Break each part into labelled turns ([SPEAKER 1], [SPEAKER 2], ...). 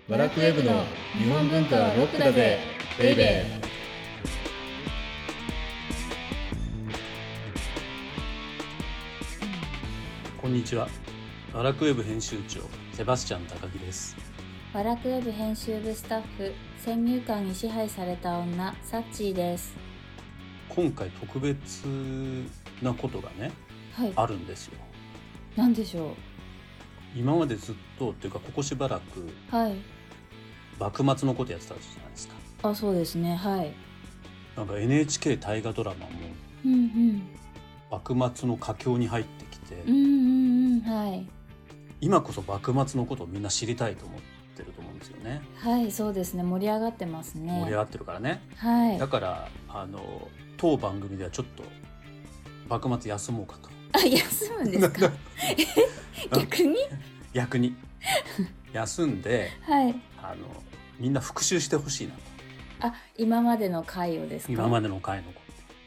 [SPEAKER 1] ワラクウェブの日本文化はロックだぜベイベー。
[SPEAKER 2] こんにちは。ワラクウェブ編集長セバスチャン高木です。
[SPEAKER 3] ワラクウェブ編集部スタッフ、先入観に支配された女サッチーです。
[SPEAKER 2] 今回特別なことがね、あるんですよ。
[SPEAKER 3] 何でしょう。
[SPEAKER 2] 今までずっとっていうかここしばらく、幕末のことやってたじゃないですか。
[SPEAKER 3] あ、そうですね。
[SPEAKER 2] なんか NHK 大河ドラマも、幕末の佳境に入ってきて、今こそ幕末のことをみんな知りたいと思ってると思うんですよね。
[SPEAKER 3] そうですね。盛り上がってますね。
[SPEAKER 2] 盛り上がってるからね。だから当番組ではちょっと幕末休もうかと。
[SPEAKER 3] 休むんですか？
[SPEAKER 2] 逆に休んで、みんな復習してほしいなと。
[SPEAKER 3] 今までの回をですか？
[SPEAKER 2] 今までの回のこと。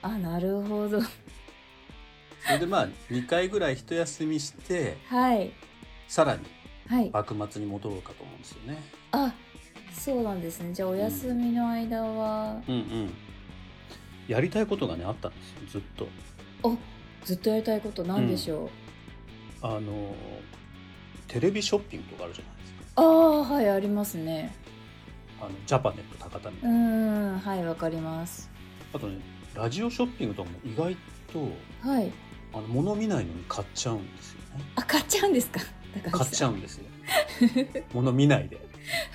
[SPEAKER 3] なるほど。
[SPEAKER 2] それで2回ぐらい一休みして、さらに幕末に戻ろうかと思うんですよね。
[SPEAKER 3] そうなんですね。じゃあお休みの間は、
[SPEAKER 2] やりたいことがねあったんですよ。ずっと
[SPEAKER 3] やりたいことなんでしょう。
[SPEAKER 2] テレビショッピングとかあるじゃないですか。
[SPEAKER 3] ありますね。
[SPEAKER 2] ジャパネット高田みたいな。
[SPEAKER 3] わかります。
[SPEAKER 2] あとね、ラジオショッピングとかも意外と、物見ないのに買っちゃうんですよね。
[SPEAKER 3] 買っちゃうんですか？
[SPEAKER 2] 買っちゃうんですよ。物見ないで。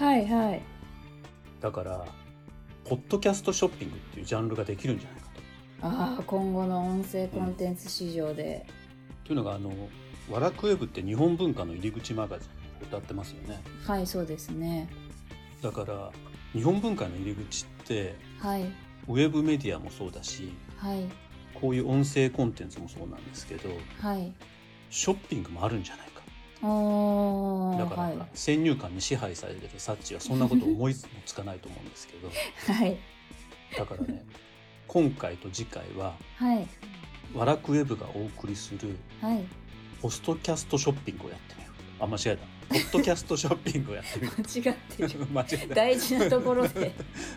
[SPEAKER 2] だからポッドキャストショッピングっていうジャンルができるんじゃないかと。
[SPEAKER 3] 今後の音声コンテンツ市場で、
[SPEAKER 2] というのがワラクウェブって日本文化の入り口マガジンを歌ってますよね。
[SPEAKER 3] そうですね。
[SPEAKER 2] だから日本文化の入り口って、ウェブメディアもそうだし、こういう音声コンテンツもそうなんですけど、ショッピングもあるんじゃないか。だから、先入観に支配されてるサッチはそんなこと思いもつかないと思うんですけど、だからね、今回と次回は、ワラクウェブがお送りする、ポストキャストショッピングをやってみよう。間違えた。ポッドキャストショッピングをやってみよう。
[SPEAKER 3] 間違ってる。
[SPEAKER 2] 間違えた。
[SPEAKER 3] 大事なところで。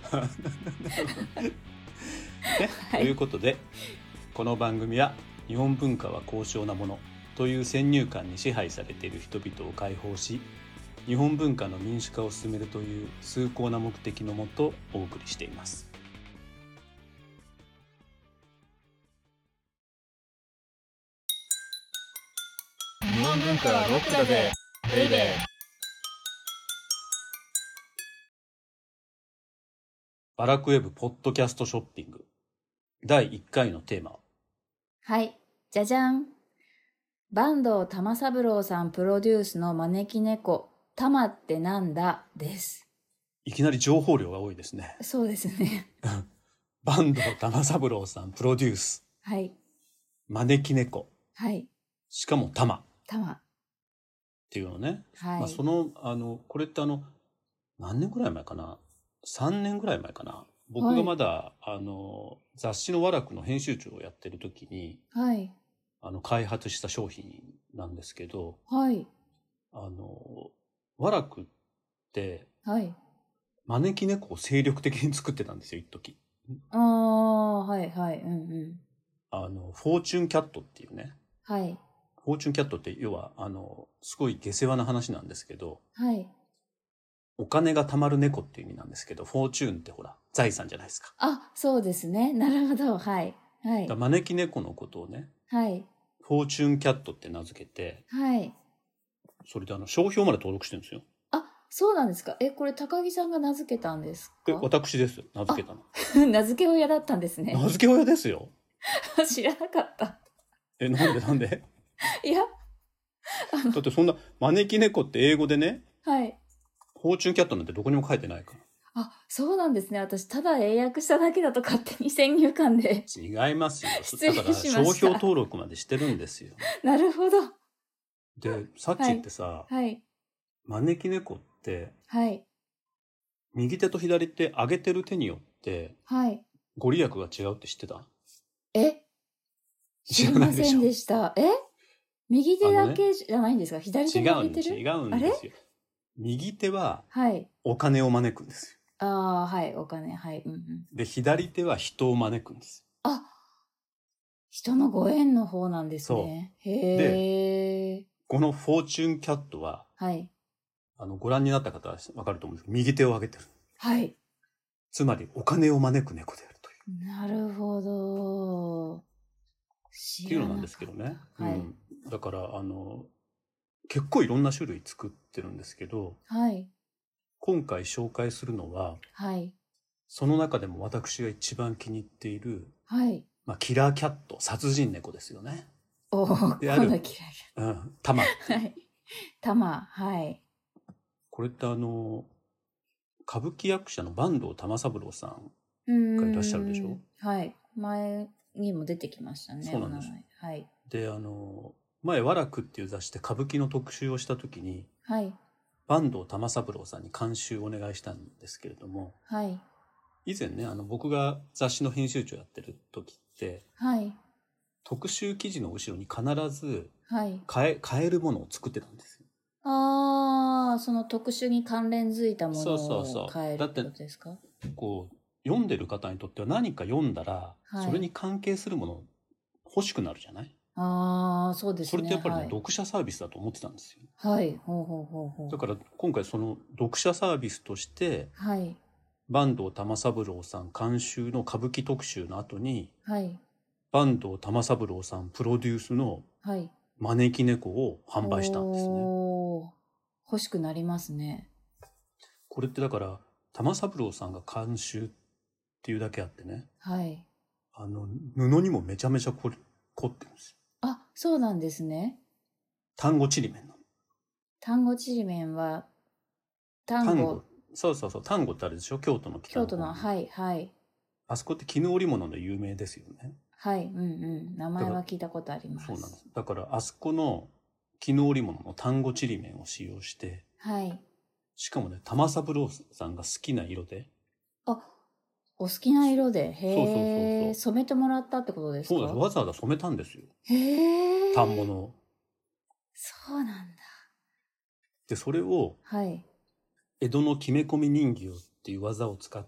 [SPEAKER 2] ということで、この番組は日本文化は高尚なものという先入観に支配されている人々を解放し、日本文化の民主化を進めるという崇高な目的のもとお送りしています。
[SPEAKER 1] 日本文化はロックだぜベイベー。
[SPEAKER 2] ワラクウェブポッドキャストショッピング第1回のテーマは、
[SPEAKER 3] じゃじゃん。坂東玉三郎さんプロデュースの招き猫タマってなんだです。
[SPEAKER 2] いきなり情報量が多いですね。
[SPEAKER 3] そうですね。
[SPEAKER 2] 坂東玉三郎さんプロデュース、招き猫、しかもタマっていうのね。これって何年ぐらい前かな、3年ぐらい前かな、僕がまだ、雑誌のワラクの編集長をやってる時に、開発した商品なんですけど、ワラクって、招き猫を精力的に作ってたんですよ、一時。フォーチュンキャットっていうね。フォーチュンキャットって要はすごい下世話な話なんですけど、お金が貯まる猫っていう意味なんですけど、フォーチュンってほら財産じゃないですか。
[SPEAKER 3] そうですね。なるほど。
[SPEAKER 2] 招き猫のことをね、フォーチュンキャットって名付けて、それで商標まで登録してるんですよ。
[SPEAKER 3] そうなんですか。これ高木さんが名付けたんですか？
[SPEAKER 2] 私です。名付けたの。
[SPEAKER 3] 名付け親だったんですね。
[SPEAKER 2] 名付け親ですよ。
[SPEAKER 3] 知らなかった。
[SPEAKER 2] なんで
[SPEAKER 3] いや、
[SPEAKER 2] だってそんな招き猫って英語でね、
[SPEAKER 3] フォ
[SPEAKER 2] ーチュンキャットなんてどこにも書いてないから。
[SPEAKER 3] そうなんですね。私ただ英訳しただけだと勝手に先入観で。
[SPEAKER 2] 違いますよ。
[SPEAKER 3] 失礼しました。
[SPEAKER 2] だから商標登録までしてるんですよ。
[SPEAKER 3] なるほど。
[SPEAKER 2] で、サッチってさ、招き猫って、右手と左手上げてる手によって、ご利益が違うって知ってた？
[SPEAKER 3] 知りませんでした。右手だけじゃないんですか？左手も上げてる？
[SPEAKER 2] 違うんですよ。 右手は
[SPEAKER 3] はい。
[SPEAKER 2] お金を招くんです
[SPEAKER 3] よ。ああ、はい、お金、はい。うんうん、
[SPEAKER 2] で、左手は人を招くんです。
[SPEAKER 3] あ、人のご縁の方なんですね。そう。へえ。
[SPEAKER 2] このフォーチュンキャットは、はい。ご覧になった方はわかると思うんですけど、右手を上げてる。はい。つまり、お金を招く猫であるという。
[SPEAKER 3] なるほど。
[SPEAKER 2] っていうのなんですけどね。はい。だから、結構いろんな種類作ってるんですけど、はい。今回紹介するのは、はい。その中でも私が一番気に入っている、はい。まあ、キラーキャット、殺人猫ですよね。
[SPEAKER 3] おお、今度キラーキャッ
[SPEAKER 2] ト。タマ。
[SPEAKER 3] はい。タマ、はい。
[SPEAKER 2] これって歌舞伎役者の坂東玉三郎さんがいらっしゃるでしょ。
[SPEAKER 3] はい。前にも出てきましたね。
[SPEAKER 2] そうなんです。
[SPEAKER 3] はい。
[SPEAKER 2] で、前、和楽っていう雑誌で歌舞伎の特集をしたときに、はい。坂東玉三郎さんに監修をお願いしたんですけれども、はい。以前ね、僕が雑誌の編集長やってる時って、はい。特集記事の後ろに必ず、はい。買えるものを作ってたんですよ。
[SPEAKER 3] ああ、その特集に関連づいたものを変えるってことですか？だって
[SPEAKER 2] こう読んでる方にとっては何か読んだら、はい、それに関係するもの欲しくなるじゃない？
[SPEAKER 3] ああ、そうですね。
[SPEAKER 2] それってやっぱりね、はい、読者サービスだと思ってたんですよ。
[SPEAKER 3] はい。ほうほうほうほう。
[SPEAKER 2] だから今回その読者サービスとして、はい。坂東玉三郎さん監修の歌舞伎特集の後に、はい。坂東玉三郎さんプロデュースの、はい。招き猫を販売したんですね。
[SPEAKER 3] 欲しくなりますね。
[SPEAKER 2] これってだから玉三郎さんが監修っていうだけあってね。はい。布にもめちゃめちゃ凝ってるんですよ。
[SPEAKER 3] あ、そうなんですね。
[SPEAKER 2] 丹後ちりめんの。
[SPEAKER 3] 丹後ちりめんは
[SPEAKER 2] 丹後。そうそうそう。丹後ってあるでしょ？京都の北の方。
[SPEAKER 3] 京都の、はいはい。
[SPEAKER 2] あそこって絹織物で有名ですよね。
[SPEAKER 3] はい、うんうん。名前は聞いたことあります。
[SPEAKER 2] そうなんです。だからあそこの絹織物の丹後ちりめんを使用して、はい。しかもね、玉三郎さんが好きな色で。
[SPEAKER 3] あ、お好きな色で。へえ。染めてもらったってことですか？
[SPEAKER 2] そうです。わざわざ染めたんですよ。
[SPEAKER 3] へえ。
[SPEAKER 2] 反物を。
[SPEAKER 3] そうなんだ。
[SPEAKER 2] で、それを、はい。江戸の決め込み人形っていう技を使って、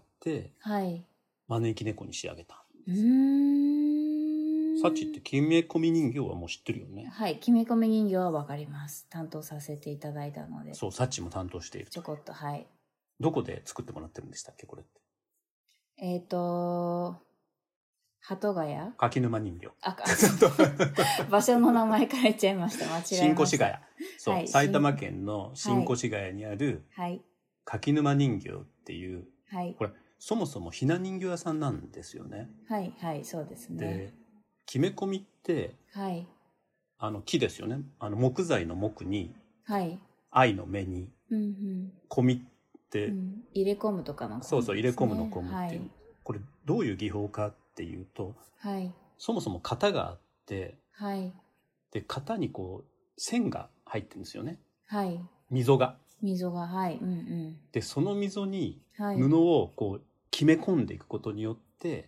[SPEAKER 2] はい。招き猫に仕上げた。サチって決め込み人形はもう知ってるよね。
[SPEAKER 3] はい。決め込み人形はわかります。担当させていただいたので。
[SPEAKER 2] そう、サチも担当している。
[SPEAKER 3] ちょこっと、はい。
[SPEAKER 2] どこで作ってもらってるんでしたっけ、これって。
[SPEAKER 3] 鳩ヶ谷？
[SPEAKER 2] 柿沼人形。
[SPEAKER 3] 場所の名前変えちゃいました。間違えました。
[SPEAKER 2] 新越谷。そう、はい、埼玉県の新越谷にある、はい。柿沼人形っていう、はい。これ、そもそもひな人形屋さんなんですよね。
[SPEAKER 3] はい、はい、そうですね。
[SPEAKER 2] で、決め込みって、はい。木ですよね。木材の木に、はい。愛の目に、うんうん。込みって、うん、
[SPEAKER 3] 入れ込むとかの込む、ね。
[SPEAKER 2] そうそう、入れ込むの込むっていう。はい、これ、どういう技法かっていうと、はい。そもそも型があって、はい。で、型にこう、線が入ってるんですよね。はい。溝が。
[SPEAKER 3] 溝が、はい。うんうん。
[SPEAKER 2] で、その溝に、布をこう、決め込んでいくことによって、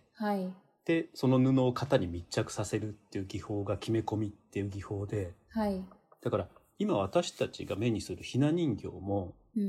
[SPEAKER 2] はい。で、その布を型に密着させるっていう技法が決め込みっていう技法で、はい。だから、今私たちが目にするひな人形も、うんうん、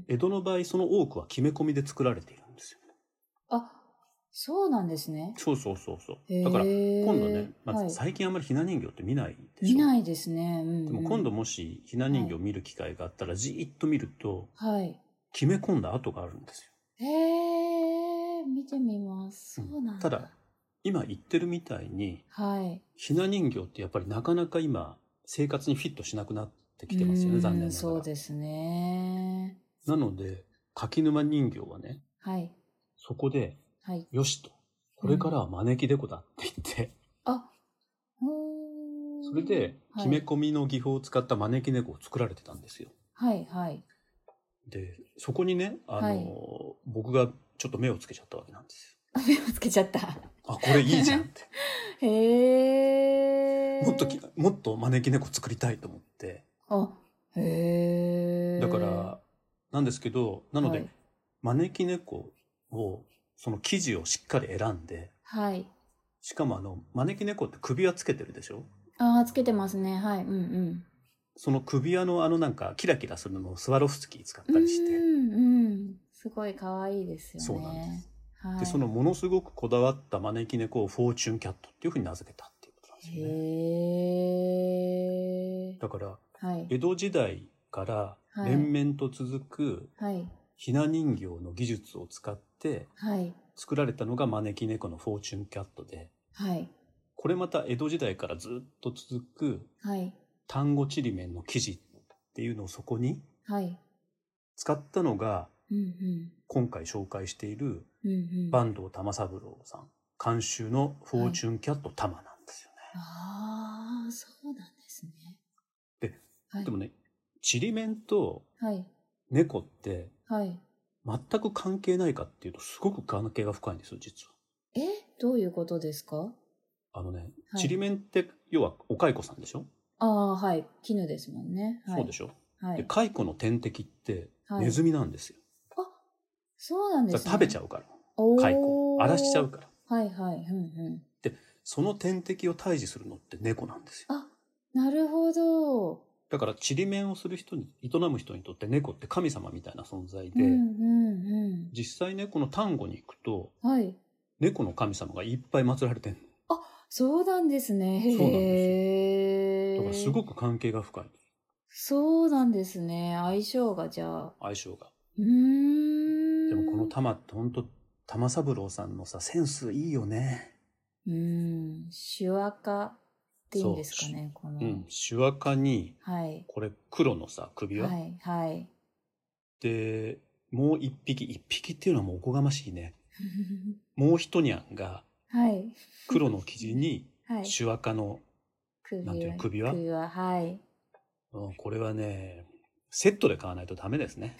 [SPEAKER 2] 江戸の場合その多くは決め込みで作られているんですよ。
[SPEAKER 3] あ、そうなんですね。
[SPEAKER 2] そうそうそうそう。だから今度ね、まず最近あんまりひな人形って見ないでしょ。
[SPEAKER 3] 見ないですね。うんうん、
[SPEAKER 2] でも今度もしひな人形を見る機会があったらじーっと見ると、はい、決め込んだ跡があるんですよ。
[SPEAKER 3] へー、見てみます。そうなんだ。
[SPEAKER 2] ただ今言ってるみたいに、はい、ひな人形ってやっぱりなかなか今生活にフィットしなくなってきてますよね、残念ながら。
[SPEAKER 3] そうですね。
[SPEAKER 2] なので柿沼人形はね、はい、そこで、はい、よしと、これからは招き猫だって言って、それで決め込みの技法を使った招き猫を作られてたんですよ。はいはい。で、そこにね、はい、僕がちょっと目をつけちゃったわけなんです
[SPEAKER 3] よ。目をつけちゃった。
[SPEAKER 2] あ、これいいじゃんって。
[SPEAKER 3] へー。
[SPEAKER 2] もっと招き猫作りたいと思って。あ、へー。だからなんですけど、なので、はい、招き猫をその生地をしっかり選んで、はい。しかも招き猫って首輪つけてるでしょ？
[SPEAKER 3] ああ、つけてますね。はい。うんうん。
[SPEAKER 2] その首輪のなんかキラキラするのもスワロフスキー使ったりして。
[SPEAKER 3] すごい可愛いですよね。
[SPEAKER 2] そうなんです。
[SPEAKER 3] はい、
[SPEAKER 2] で、そのものすごくこだわった招き猫をフォーチュンキャットっていうふうに名付けたっていうことなんですよね。だから、はい、江戸時代から連綿と続くひな人形の技術を使って作られたのが招き猫のフォーチュンキャットで、はい、これまた江戸時代からずっと続く丹後ちりめんの生地っていうのをそこに使ったのが、今回紹介している坂東玉三郎さん監修のフォーチュンキャット玉なんですよね。
[SPEAKER 3] ああ、そうなんですね。
[SPEAKER 2] でもね、ちりめんと猫って全く関係ないかっていうとすごく関係が深いんですよ、実は。
[SPEAKER 3] どういうことですか？
[SPEAKER 2] ちりめんって要はお蚕さんでしょ？
[SPEAKER 3] ああ、はい。絹ですもんね。
[SPEAKER 2] そうでしょ？で、蚕の天敵ってネズミなんですよ。
[SPEAKER 3] あ、そうなんですね。
[SPEAKER 2] 食べちゃうから。蚕。荒らしちゃうから。
[SPEAKER 3] はいはい。
[SPEAKER 2] で、その天敵を退治するのって猫なんですよ。
[SPEAKER 3] あ、なるほど。
[SPEAKER 2] だから、ちりめんをする人に、営む人にとって猫って神様みたいな存在で、実際ね、この丹後に行くと、猫の神様がいっぱい祀られてんの。
[SPEAKER 3] あ、そうなんですね。
[SPEAKER 2] そうなんですよ。だからすごく関係が深い。
[SPEAKER 3] そうなんですね。相性がじゃあ。
[SPEAKER 2] 相性が。でもこの玉って本当玉三郎さんのさ、センスいいよね。
[SPEAKER 3] 手話家っていうんですかね、この。
[SPEAKER 2] 手話家に、これ黒のさ、首輪。で、もう一匹っていうのはもうおこがましいね。もう一ニャンが、黒の生地に手話家の、なんていうの、首輪。これはね、セットで買わないとダメですね。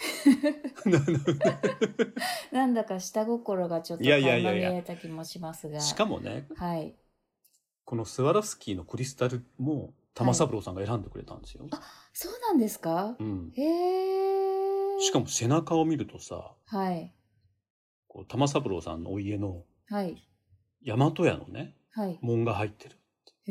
[SPEAKER 3] なんだか下心がちょっと垣間見えた気もしますが。
[SPEAKER 2] しかもね、このスワロフスキーのクリスタルも玉三郎さんが選んでくれたんですよ。
[SPEAKER 3] あ、そうなんですか？へえ。
[SPEAKER 2] しかも背中を見るとさ、こう玉三郎さんのお家の大和屋のね、紋が入ってる。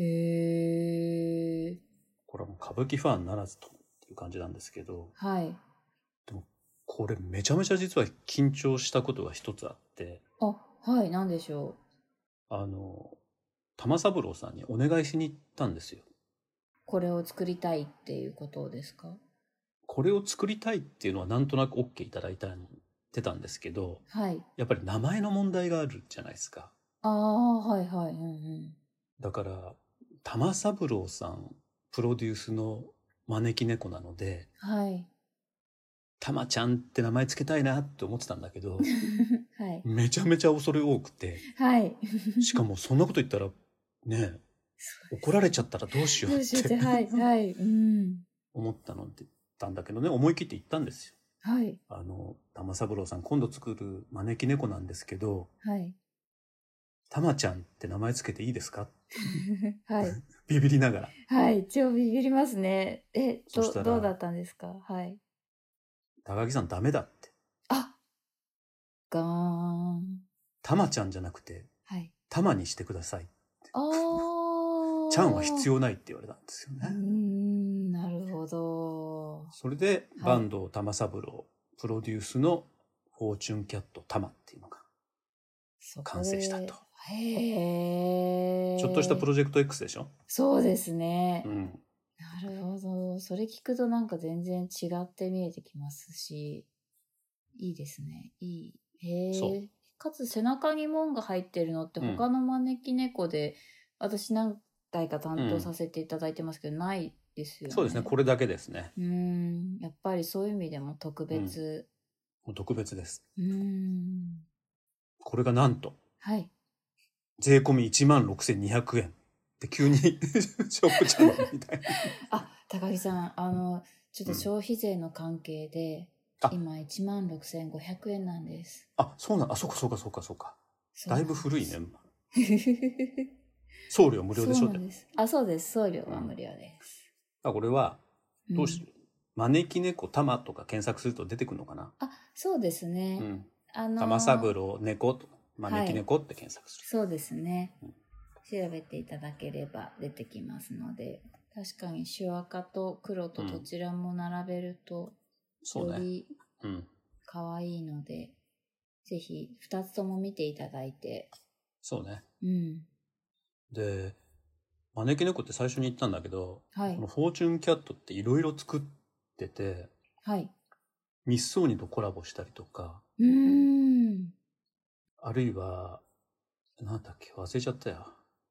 [SPEAKER 3] へえ。
[SPEAKER 2] これはもう歌舞伎ファンならずという感じなんですけど、でもこれめちゃめちゃ実は緊張したことが一つあって、
[SPEAKER 3] 何でしょ
[SPEAKER 2] う。玉三郎さんにお願いしに行ったんですよ。
[SPEAKER 3] これを作りたいっていうことですか？
[SPEAKER 2] これを作りたいっていうのはなんとなく OK いただいてたんですけど、やっぱり名前の問題があるじゃないですか。だから玉三郎さんプロデュースの招き猫なので、たまちゃんって名前つけたいなって思ってたんだけど、めちゃめちゃ恐れ多くて、しかもそんなこと言ったらね、怒られちゃったらどうしようって思ったんだけどね、思い切って言ったんですよ。玉三郎さん今度作る招き猫なんですけど、たまちゃんって名前つけていいですか？ビビりなが
[SPEAKER 3] ら。超ビビりますね。どうだったんですか？
[SPEAKER 2] 高木さんダメだって。
[SPEAKER 3] ガーン。
[SPEAKER 2] たまちゃんじゃなくて、たまにしてくださいって。ちゃんは必要ないって言われたんですよね。
[SPEAKER 3] なるほど。
[SPEAKER 2] それで、坂東玉三郎プロデュースのフォーチュンキャット玉っていうのが完成したと。ちょっとしたプロジェクト X でしょ？
[SPEAKER 3] そうですね。なるほど。それ聞くとなんか全然違って見えてきますし、いいですね。いい。かつ背中に紋が入ってるのって他の招き猫で、私何回か担当させていただいてますけど、ないですよね。
[SPEAKER 2] そうですね。これだけですね。
[SPEAKER 3] やっぱりそういう意味でも特別。
[SPEAKER 2] 特別です。これがなんと。税込み16,200円。で、急にショップチャンネルみたいな。
[SPEAKER 3] 高木さん、ちょっと消費税の関係で、今16,500円なんです。
[SPEAKER 2] そうか。だいぶ古いね。送料無料でしょ？
[SPEAKER 3] そうです。送料は無料です。
[SPEAKER 2] これは、どうしてる？招き猫玉とか検索すると出てくるのかな？
[SPEAKER 3] そうですね。
[SPEAKER 2] 玉三郎猫と招き猫って検索する。
[SPEAKER 3] そうですね。調べていただければ出てきますので。 確かにシュアカと黒とどちらも並べると、より可愛いので、ぜひ2つとも見ていただいて。
[SPEAKER 2] そうね。
[SPEAKER 3] うん。
[SPEAKER 2] で、招き猫って最初に言ったんだけど、
[SPEAKER 3] はい、
[SPEAKER 2] このフォーチュンキャットっていろいろ作ってて、
[SPEAKER 3] はい、
[SPEAKER 2] ミッソーニとコラボしたりとか、あるいは、なんだっけ、忘れちゃったよ。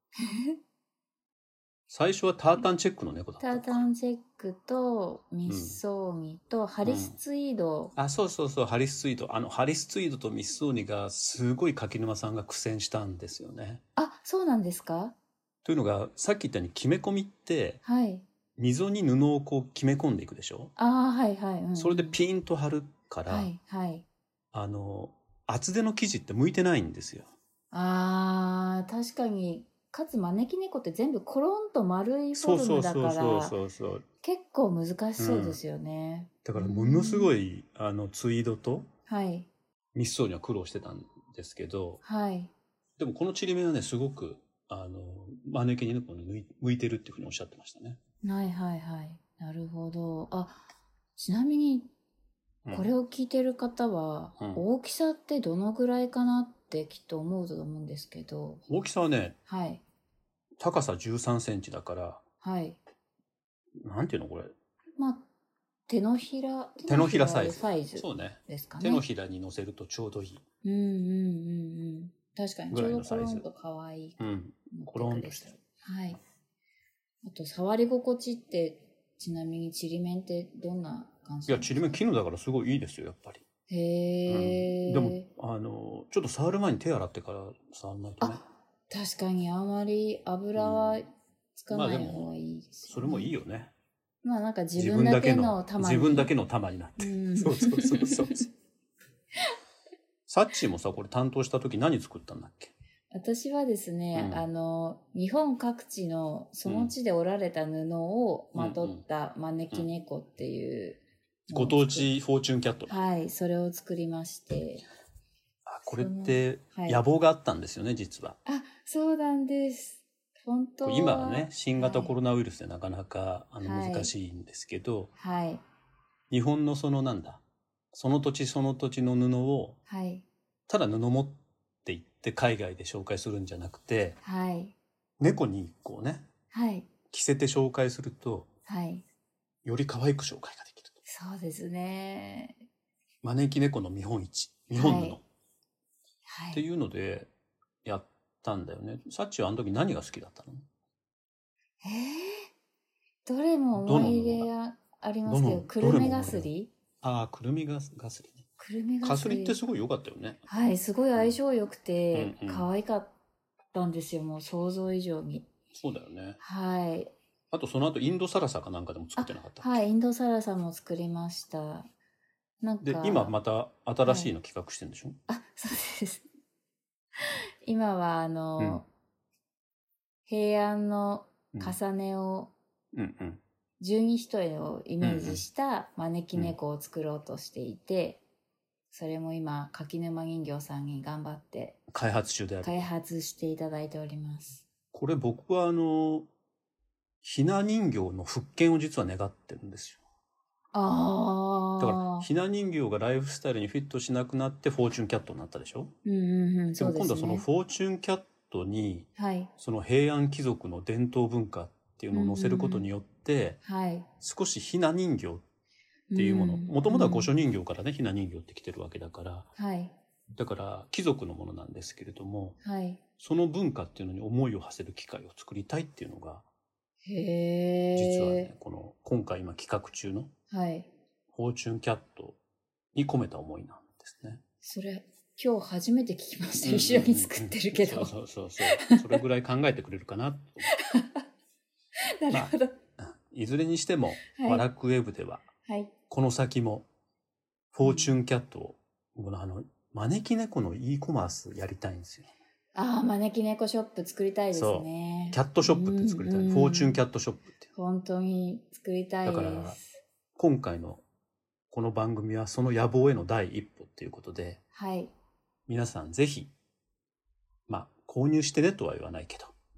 [SPEAKER 2] 最初はタータンチェックの猫だったのか。
[SPEAKER 3] タータンチェックとミッソーニとハリスツイード、
[SPEAKER 2] そうそうそう、ハリスツイード。ハリスツイードとミッソーニがすごい柿沼さんが苦戦したんですよね。
[SPEAKER 3] あ、そうなんですか？
[SPEAKER 2] というのが、さっき言ったように決め込みって、
[SPEAKER 3] はい、
[SPEAKER 2] 溝に布をこう決め込んでいくでしょ。
[SPEAKER 3] はいはい、
[SPEAKER 2] それでピンと張るから、
[SPEAKER 3] はいはい、
[SPEAKER 2] 厚手の生地って向いてないんですよ。
[SPEAKER 3] 確かに。かつ招き猫って全部コロンと丸いフォルムだから結構難しそうですよね。
[SPEAKER 2] だからものすごいツイードとミッソーニは苦労してたんですけど、
[SPEAKER 3] はい、
[SPEAKER 2] でもこのちりめんはねすごく招き猫に向いてるっていうふうにおっしゃってましたね。
[SPEAKER 3] はいはいはい、なるほど。ちなみにこれを聞いてる方は、大きさってどのぐらいかなってきっと思うと思うんですけど。
[SPEAKER 2] 大きさはね、
[SPEAKER 3] はい、
[SPEAKER 2] 高さ13センチだから、
[SPEAKER 3] はい、
[SPEAKER 2] なんていうのこれ。
[SPEAKER 3] 手のひら
[SPEAKER 2] サイズ。そうね。
[SPEAKER 3] ですかね。
[SPEAKER 2] 手のひらに乗せるとちょうどいい。
[SPEAKER 3] 確かにちょうどコロンと可愛い。
[SPEAKER 2] コロンとしてる。
[SPEAKER 3] はい。あと触り心地ってちなみにちりめんってどんな感じですか？
[SPEAKER 2] いや、ちりめん絹だからすごいいいですよやっぱり。
[SPEAKER 3] へえ、
[SPEAKER 2] でもちょっと触る前に手洗ってから触らないとね。
[SPEAKER 3] 確かにあまり油はつかない方がいいですよね。
[SPEAKER 2] それもいいよね。
[SPEAKER 3] なんか自分だけの玉に。
[SPEAKER 2] 自分だけの玉になって。そう。サッチーもさ、これ担当した時何作ったんだっけ？
[SPEAKER 3] 私はですね、日本各地のその地で織られた布をまとった招き猫っていう、
[SPEAKER 2] ご当地フォーチュンキャット。
[SPEAKER 3] はい、それを作りまして。
[SPEAKER 2] これって野望があったんですよね、実は。
[SPEAKER 3] そうなんです。本当は
[SPEAKER 2] 今はね、新型コロナウイルスでなかなか難しいんですけど、日本のその土地その土地の布を、ただ布持って行って海外で紹介するんじゃなくて、猫にこうね、着せて紹介すると、より可愛く紹介ができる。
[SPEAKER 3] そうですね。
[SPEAKER 2] 招き猫の見本市、日本布、っていうのでやったんだよね。サッチはあの時何が好きだったの？
[SPEAKER 3] どれも思い入れがありますけど、くるめがすり？
[SPEAKER 2] くるみがすりね。
[SPEAKER 3] くるみがすり。
[SPEAKER 2] かすりってすごい良かったよね。
[SPEAKER 3] はい、すごい相性良くて、可愛かったんですよ、もう想像以上に。
[SPEAKER 2] そうだよね。
[SPEAKER 3] はい。
[SPEAKER 2] あとその後インドサラサかなんかでも作ってなかったっけ？
[SPEAKER 3] はい、インドサラサも作りました。
[SPEAKER 2] で、今また新しいの企画してるんでしょ？
[SPEAKER 3] そうです。今は平安の重ねを、十二単をイメージした招き猫を作ろうとしていて、それも今柿沼人形さんに頑張って
[SPEAKER 2] 開発中である。
[SPEAKER 3] 開発していただいております。
[SPEAKER 2] これ僕はひな人形の復権を実は願ってるんですよ。だからひな人形がライフスタイルにフィットしなくなってフォーチュンキャットになったでしょ。でも今度はそのフォーチュンキャットに、その平安貴族の伝統文化っていうのを載せることによって、少しひな人形っていうもの、もともとは御所人形からね、ひな人形ってきてるわけだから、だから貴族のものなんですけれども、その文化っていうのに思いを馳せる機会を作りたいっていうのが、実はね、今回今企画中のフォーチュンキャットに込めた思いなんですね。
[SPEAKER 3] それ今日初めて聞きました。一緒に作ってるけど。
[SPEAKER 2] そう。それぐらい考えてくれるかなと
[SPEAKER 3] なるほど。
[SPEAKER 2] いずれにしても、ワラクウェブでは、この先もフォーチュンキャットを、招き猫の e コマースやりたいんですよ。
[SPEAKER 3] 招き猫ショップ作りたいですね。
[SPEAKER 2] キャットショップって作りたい。フォーチュンキャットショップって。
[SPEAKER 3] 本当に作りたいです。
[SPEAKER 2] だから、今回のこの番組はその野望への第一歩っていうことで、皆さんぜひ、購入してねとは言わないけど、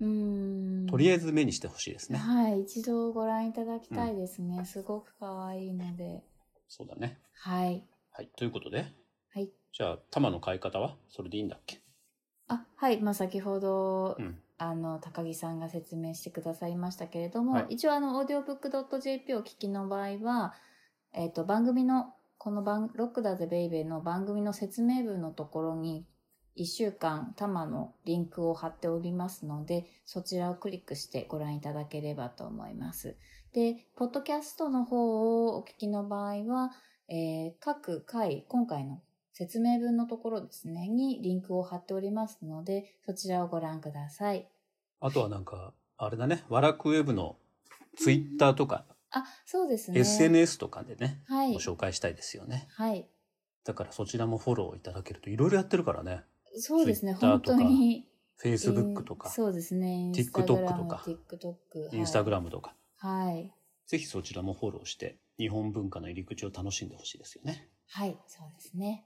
[SPEAKER 2] とりあえず目にしてほしいですね。
[SPEAKER 3] はい、一度ご覧いただきたいですね。すごく可愛いので。
[SPEAKER 2] そうだね。
[SPEAKER 3] はい。
[SPEAKER 2] はい、ということで、
[SPEAKER 3] はい。
[SPEAKER 2] じゃあ玉の買い方はそれでいいんだっけ？
[SPEAKER 3] はい、先ほど、高木さんが説明してくださいましたけれども、はい、一応audiobook.jp をお聞きの場合は、番組のこのロックだぜベイベーの番組の説明文のところに1週間タマのリンクを貼っておりますので、そちらをクリックしてご覧いただければと思います。で、ポッドキャストの方をお聞きの場合は、各回、今回の説明文のところですね、にリンクを貼っておりますので、そちらをご覧ください。
[SPEAKER 2] あとはあれだね、ワラクウェブのツイッターとか、
[SPEAKER 3] そうですね。
[SPEAKER 2] SNS とかでね、
[SPEAKER 3] はい、
[SPEAKER 2] ご紹介したいですよね。
[SPEAKER 3] はい。
[SPEAKER 2] だからそちらもフォローいただけるといろいろやってるからね。
[SPEAKER 3] そうですね、本当に。
[SPEAKER 2] Facebook とか、
[SPEAKER 3] そうですね、
[SPEAKER 2] TikTok とか、Instagram とか。
[SPEAKER 3] はい。
[SPEAKER 2] ぜひそちらもフォローして、日本文化の入り口を楽しんでほしいですよね。
[SPEAKER 3] はい、そうですね。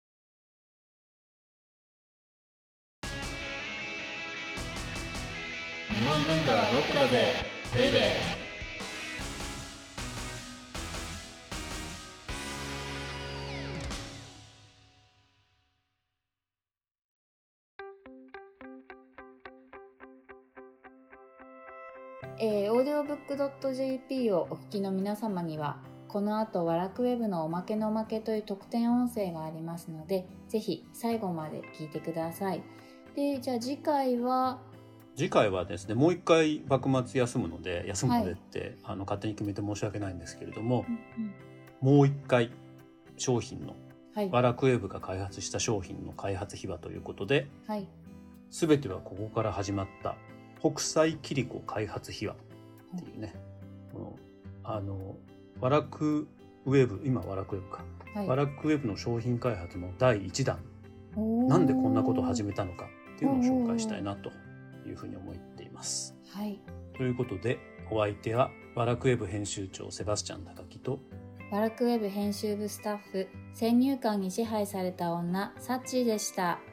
[SPEAKER 1] 日本文化はロックだぜ、ベイベー。
[SPEAKER 3] audiobook.jp をお聞きの皆様には、この後ワラクウェブのおまけのおまけという特典音声がありますので、ぜひ最後まで聞いてください。で、じゃあ次回は
[SPEAKER 2] ですね、もう一回幕末休むのでって、勝手に決めて申し訳ないんですけれども、もう一回商品の、ワラクウェブが開発した商品の開発秘話ということで、全てはここから始まった北斎切子開発秘話っていうね、ワラクウェブ、今ワラクウェブか、ワラクウェブの商品開発の第1弾、なんでこんなことを始めたのかっていうのを紹介したいなというふうに思っています。
[SPEAKER 3] はい。
[SPEAKER 2] ということで、お相手はワラクウェブ編集長セバスチャン高木と、
[SPEAKER 3] ワラクウェブ編集部スタッフ、先入観に支配された女サッチーでした。